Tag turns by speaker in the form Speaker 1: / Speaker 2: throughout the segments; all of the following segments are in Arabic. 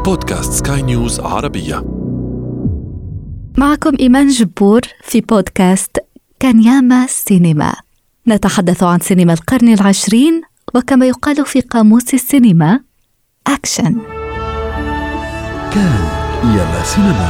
Speaker 1: بودكاست سكاي نيوز عربية.
Speaker 2: معكم إيمان جبور في بودكاست كان ياما سينما. نتحدث عن سينما القرن العشرين، وكما يقال في قاموس السينما أكشن.
Speaker 1: كان ياما سينما.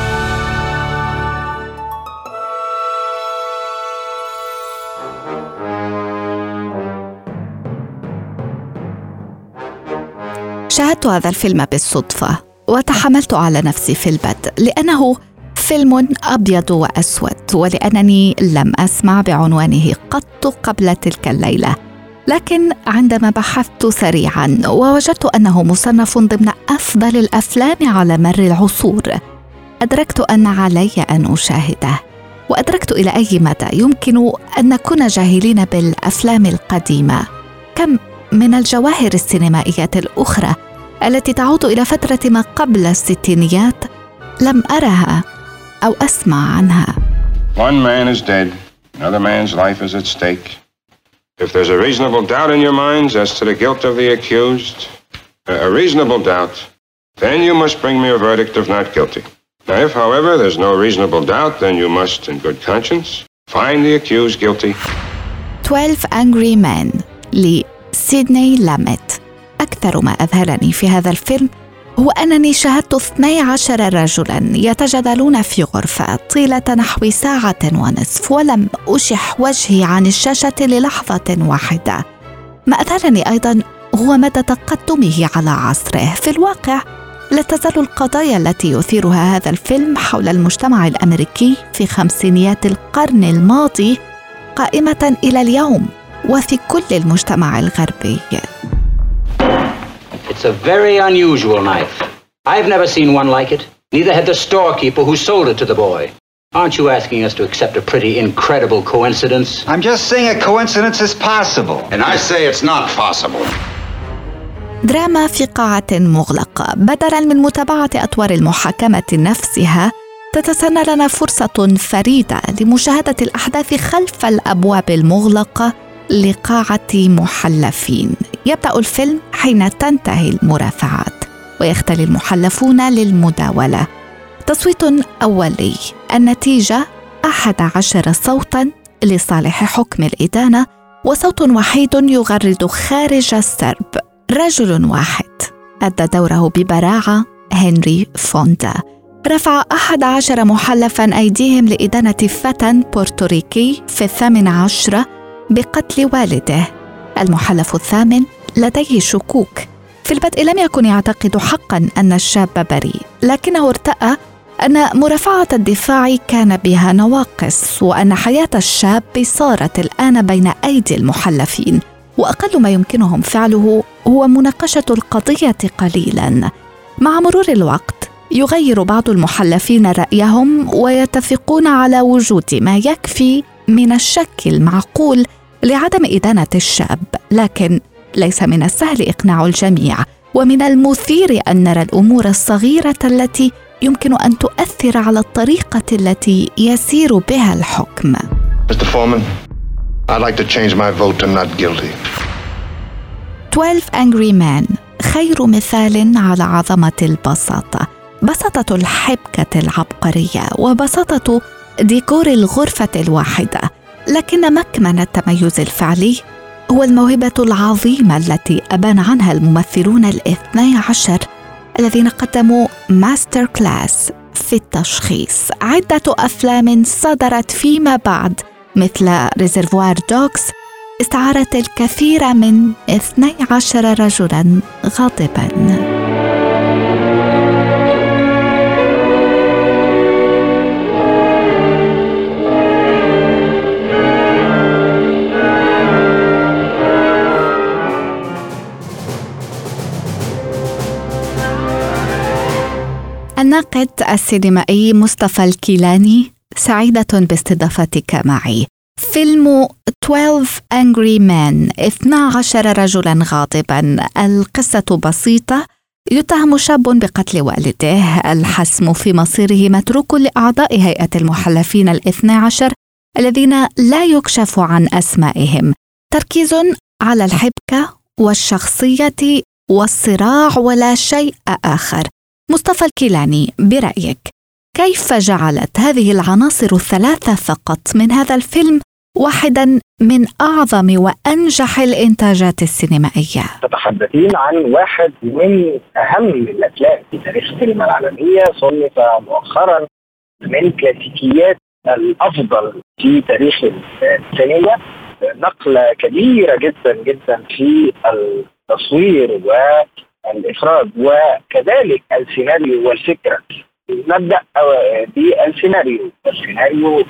Speaker 2: شاهدت هذا الفيلم بالصدفة وتحملت على نفسي في البدء لأنه فيلم أبيض وأسود، ولأنني لم أسمع بعنوانه قط قبل تلك الليلة. لكن عندما بحثت سريعاً ووجدت أنه مصنف ضمن أفضل الأفلام على مر العصور، أدركت أن علي أن أشاهده، وأدركت إلى أي مدى يمكن أن نكون جاهلين بالأفلام القديمة. كم من الجواهر السينمائية الأخرى التي تعود إلى فترة ما قبل الستينيات لم أرها أو أسمع عنها.
Speaker 3: One man is dead, another man's life is at stake. If there's a reasonable doubt in your minds as to the guilt of the accused, a reasonable doubt, then you must bring me a verdict of not guilty. Now, if, however, there's no reasonable doubt, then you must, in good conscience, find the accused guilty.
Speaker 2: 12 Angry Men لسيدني لاميت. أكثر ما أذهلني في هذا الفيلم هو أنني شاهدت 12 رجلاً يتجادلون في غرفة طيلة نحو ساعة ونصف، ولم أشح وجهي عن الشاشة للحظة واحدة. ما أذهلني أيضاً هو مدى تقدمه على عصره. في الواقع لا تزال القضايا التي يثيرها هذا الفيلم حول المجتمع الأمريكي في خمسينيات القرن الماضي قائمة إلى اليوم وفي كل المجتمع الغربي.
Speaker 4: It's a very unusual knife. I've never seen one like it. Neither had the storekeeper who sold it to the boy. Aren't you asking us to accept a pretty incredible coincidence?
Speaker 5: I'm just saying a coincidence is possible.
Speaker 3: And I say it's not possible.
Speaker 2: دراما في قاعة مغلقة. بدلاً من متابعة أطوار المحاكمة نفسها، تتسنى لنا فرصة فريدة لمشاهدة الأحداث خلف الأبواب المغلقة لقاعة محلفين. يبدأ الفيلم حين تنتهي المرافعات ويختلي المحلفون للمداولة. تصويت أولي، النتيجة 11 صوتاً لصالح حكم الإدانة، وصوت وحيد يغرد خارج السرب. رجل واحد أدى دوره ببراعة، هنري فوندا. رفع 11 محلفاً أيديهم لإدانة فتى بورتوريكي في 18 بقتل والده. المحلف الثامن لديه شكوك. في البدء لم يكن يعتقد حقاً أن الشاب بريء، لكنه ارتأى أن مرافعة الدفاع كان بها نواقص، وأن حياة الشاب صارت الآن بين أيدي المحلفين، وأقل ما يمكنهم فعله هو مناقشة القضية قليلاً. مع مرور الوقت يغير بعض المحلفين رأيهم ويتفقون على وجود ما يكفي من الشك المعقول لعدم إدانة الشاب، لكن ليس من السهل إقناع الجميع، ومن المثير أن نرى الأمور الصغيرة التي يمكن أن تؤثر على الطريقة التي يسير بها الحكم.
Speaker 6: Mr. Foreman, I'd like to change my vote to not guilty.
Speaker 2: 12 Angry Men خير مثال على عظمة البساطة، بساطة الحبكة العبقرية وبساطة ديكور الغرفة الواحدة. لكن مكمن التميز الفعلي هو الموهبة العظيمة التي أبان عنها الممثلون 12 الذين قدموا ماستر كلاس في التشخيص. عدة أفلام صدرت فيما بعد مثل ريزرفوار دوغز استعارت الكثير من 12 رجلاً غاضباً. الناقد السينمائي مصطفى الكيلاني، سعيدة باستضافتك معي. فيلم 12 Angry Men 12 رجلاً غاضباً. القصة بسيطة، يتهم شاب بقتل والده. الحسم في مصيره متروك لأعضاء هيئة المحلفين 12 الذين لا يكشف عن أسمائهم. تركيز على الحبكة والشخصية والصراع ولا شيء آخر. مصطفى الكيلاني، برأيك كيف جعلت هذه العناصر الثلاثة فقط من هذا الفيلم واحداً من أعظم وأنجح الإنتاجات السينمائية؟
Speaker 7: تتحدثين عن واحد من أهم الأفلام في تاريخ السينما العالمية، صنف مؤخراً من كلاسيكيات الأفضل في تاريخ السينما، نقلة كبيرة جدا جدا في التصوير والإخراج وكذلك السيناريو والفكرة. نبدأ بالسيناريو. السيناريو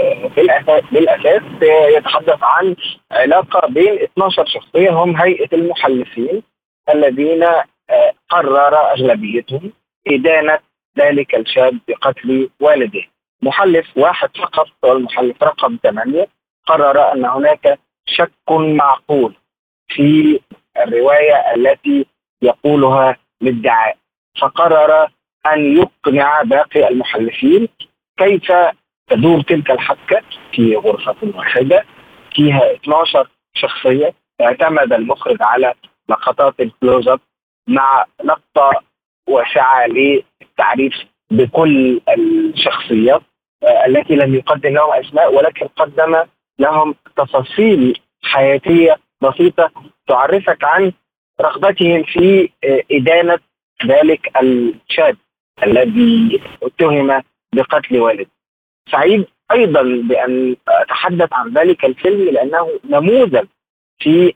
Speaker 7: بالأساس يتحدث عن علاقة بين 12 شخصية هم هيئة المحلفين الذين قرر أغلبيتهم إدانة ذلك الشاب بقتل والده. محلف واحد فقط والمحلف رقم 8 قرر أن هناك شك معقول في الرواية التي يقولها للدعاء، فقرر أن يقنع باقي المحلفين كيف تدور تلك الحبكة في غرفة واحدة فيها 12 شخصية. اعتمد المخرج على لقطات الكلوز اب مع لقطة واسعة للتعريف بكل الشخصيات التي لم يقدم لهم أسماء، ولكن قدم لهم تفاصيل حياتية بسيطة تعرفك عن رغبتهم في إدانة ذلك الشاب الذي اتهم بقتل والده. سعيد أيضا بأن أتحدث عن ذلك الفيلم لأنه نموذج في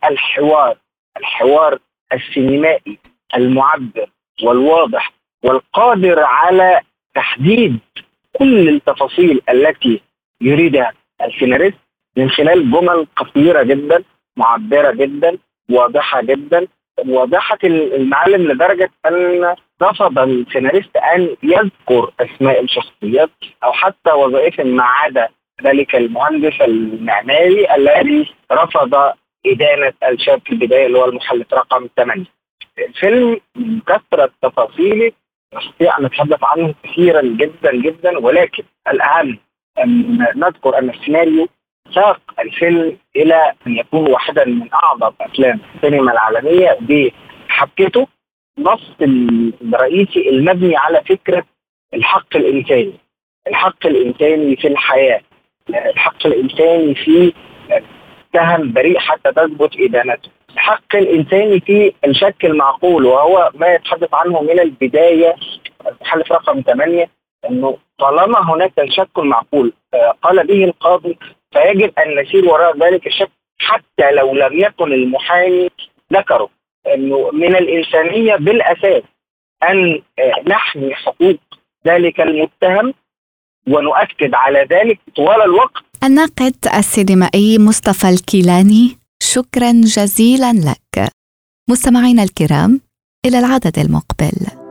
Speaker 7: الحوار السينمائي المعبر والواضح والقادر على تحديد كل التفاصيل التي يريدها السيناريست من خلال جمل قصيرة جدا، معبرة جدا، واضحة جدا، واضحة المعالم لدرجة أن رفض السيناريست أن يذكر أسماء الشخصيات أو حتى وظائفهم ما عدا ذلك المهندس المعماري الذي رفض إدانة الشاب في البداية اللي هو المحلف رقم 8. الفيلم من كثرة تفاصيله نستطيع أن نتحدث عنه كثيرا جدا جدا، ولكن الأهم أن نذكر أن السيناريو ساق الفيلم إلى أن يكون واحدا من أعظم أفلام السينما العالمية بحبكته. نص الرئيسي المبني على فكرة الحق الإنساني، الحق الإنساني في الحياة، الحق الإنساني في اتهم بريء حتى تثبت إدانته، الحق الإنساني في الشك المعقول، وهو ما يتحدث عنه من البداية المحلف رقم 8 أنه طالما هناك الشك المعقول قال به القاضي فيجب أن نسير وراء ذلك الشك حتى لو لم يكن المحامي ذكره، أنه من الإنسانية بالأساس أن نحمي حقوق ذلك المتهم ونؤكد على ذلك طوال الوقت.
Speaker 2: الناقد السينمائي مصطفى الكيلاني، شكرا جزيلا لك. مستمعينا الكرام، إلى العدد المقبل.